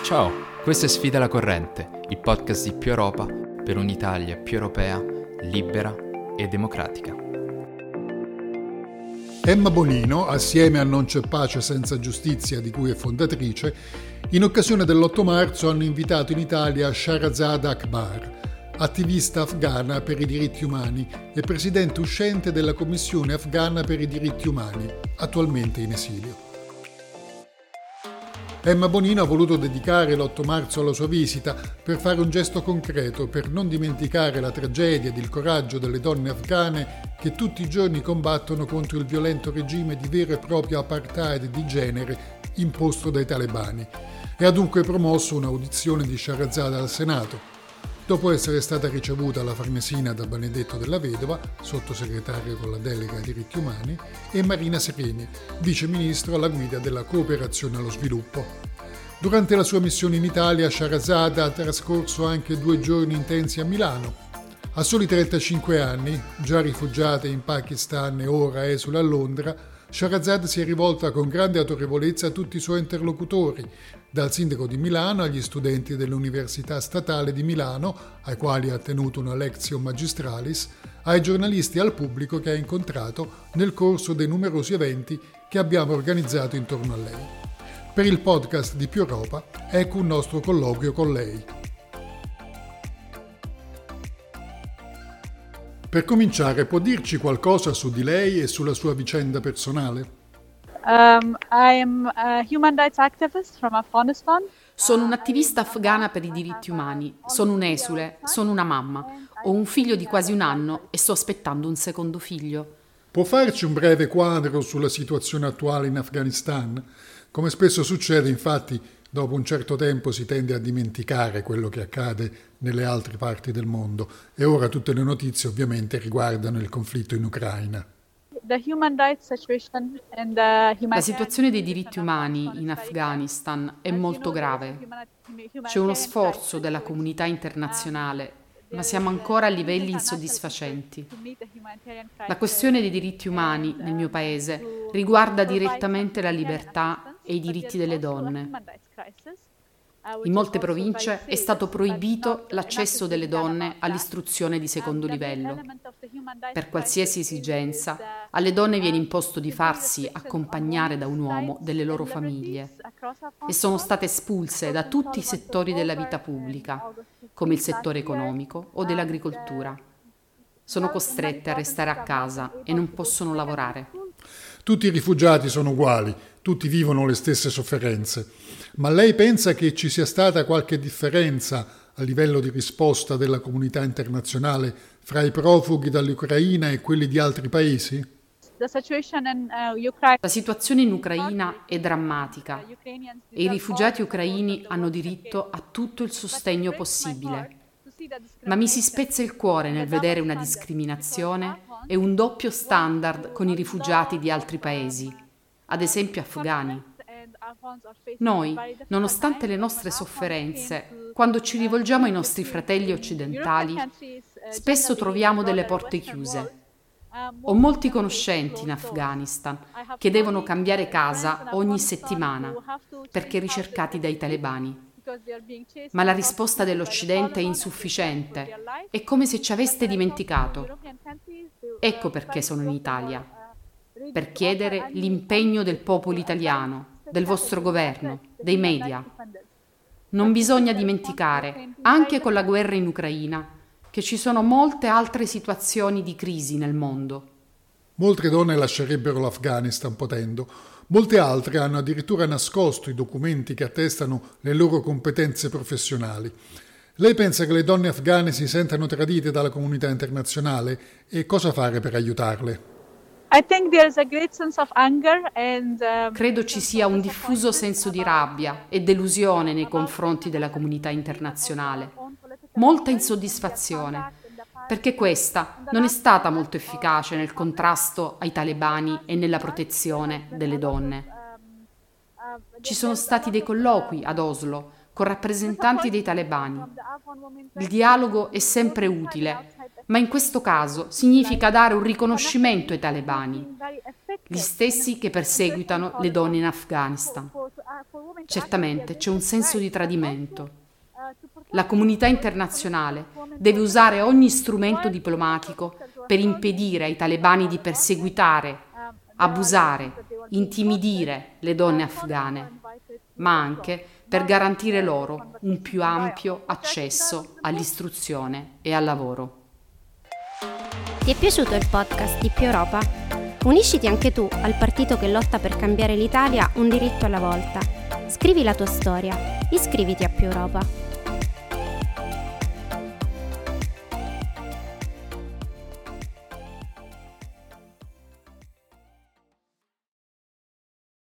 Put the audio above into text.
Ciao, questa è Sfida la Corrente, il podcast di Più Europa per un'Italia più europea, libera e democratica. Emma Bonino, assieme a Non c'è pace senza giustizia, di cui è fondatrice, in occasione dell'8 marzo hanno invitato in Italia Shahrazad Akbar, attivista afghana per i diritti umani e presidente uscente della Commissione afghana per i diritti umani, attualmente in esilio. Emma Bonino ha voluto dedicare l'8 marzo alla sua visita per fare un gesto concreto, per non dimenticare la tragedia ed il coraggio delle donne afghane che tutti i giorni combattono contro il violento regime di vero e proprio apartheid di genere imposto dai talebani, e ha dunque promosso un'audizione di Shahrazad al Senato, dopo essere stata ricevuta alla Farnesina da Benedetto Della Vedova, sottosegretario con la delega ai diritti umani, e Marina Sereni, vice ministro alla guida della cooperazione allo sviluppo. Durante la sua missione in Italia, Shahrazad ha trascorso anche 2 giorni intensi a Milano. A soli 35 anni, già rifugiata in Pakistan e ora esule a Londra, Shahrazad si è rivolta con grande autorevolezza a tutti i suoi interlocutori, dal sindaco di Milano agli studenti dell'Università Statale di Milano, ai quali ha tenuto una lectio magistralis, ai giornalisti e al pubblico che ha incontrato nel corso dei numerosi eventi che abbiamo organizzato intorno a lei. Per il podcast di Più Europa, ecco un nostro colloquio con lei. Per cominciare, può dirci qualcosa su di lei e sulla sua vicenda personale? I am a human rights activist from Afghanistan. Sono un'attivista afghana per i diritti umani, sono un'esule, sono una mamma, ho un figlio di quasi 1 anno e sto aspettando un secondo figlio. Può farci un breve quadro sulla situazione attuale in Afghanistan? Come spesso succede, infatti, dopo un certo tempo si tende a dimenticare quello che accade nelle altre parti del mondo e ora tutte le notizie ovviamente riguardano il conflitto in Ucraina. La situazione dei diritti umani in Afghanistan è molto grave. C'è uno sforzo della comunità internazionale, ma siamo ancora a livelli insoddisfacenti. La questione dei diritti umani nel mio paese riguarda direttamente la libertà e i diritti delle donne. In molte province è stato proibito l'accesso delle donne all'istruzione di secondo livello. Per qualsiasi esigenza, alle donne viene imposto di farsi accompagnare da un uomo delle loro famiglie e sono state espulse da tutti i settori della vita pubblica, come il settore economico o dell'agricoltura. Sono costrette a restare a casa e non possono lavorare. Tutti i rifugiati sono uguali, tutti vivono le stesse sofferenze. Ma lei pensa che ci sia stata qualche differenza a livello di risposta della comunità internazionale fra i profughi dall'Ucraina e quelli di altri paesi? La situazione in Ucraina è drammatica e i rifugiati ucraini hanno diritto a tutto il sostegno possibile. Ma mi si spezza il cuore nel vedere una discriminazione e un doppio standard con i rifugiati di altri paesi, ad esempio afghani. Noi, nonostante le nostre sofferenze, quando ci rivolgiamo ai nostri fratelli occidentali, spesso troviamo delle porte chiuse. Ho molti conoscenti in Afghanistan che devono cambiare casa ogni settimana perché ricercati dai talebani. Ma la risposta dell'Occidente è insufficiente, è come se ci aveste dimenticato. Ecco perché sono in Italia, per chiedere l'impegno del popolo italiano, del vostro governo, dei media. Non bisogna dimenticare, anche con la guerra in Ucraina, che ci sono molte altre situazioni di crisi nel mondo. Molte donne lascerebbero l'Afghanistan potendo. Molte altre hanno addirittura nascosto i documenti che attestano le loro competenze professionali. Lei pensa che le donne afghane si sentano tradite dalla comunità internazionale e cosa fare per aiutarle? Credo ci sia un diffuso senso di rabbia e delusione nei confronti della comunità internazionale. Molta insoddisfazione, perché questa non è stata molto efficace nel contrasto ai talebani e nella protezione delle donne. Ci sono stati dei colloqui ad Oslo con rappresentanti dei talebani. Il dialogo è sempre utile, ma in questo caso significa dare un riconoscimento ai talebani, gli stessi che perseguitano le donne in Afghanistan. Certamente c'è un senso di tradimento. La comunità internazionale deve usare ogni strumento diplomatico per impedire ai talebani di perseguitare, abusare, intimidire le donne afghane, ma anche per garantire loro un più ampio accesso all'istruzione e al lavoro. Ti è piaciuto il podcast di Più Europa? Unisciti anche tu al partito che lotta per cambiare l'Italia un diritto alla volta. Scrivi la tua storia, iscriviti a Più Europa.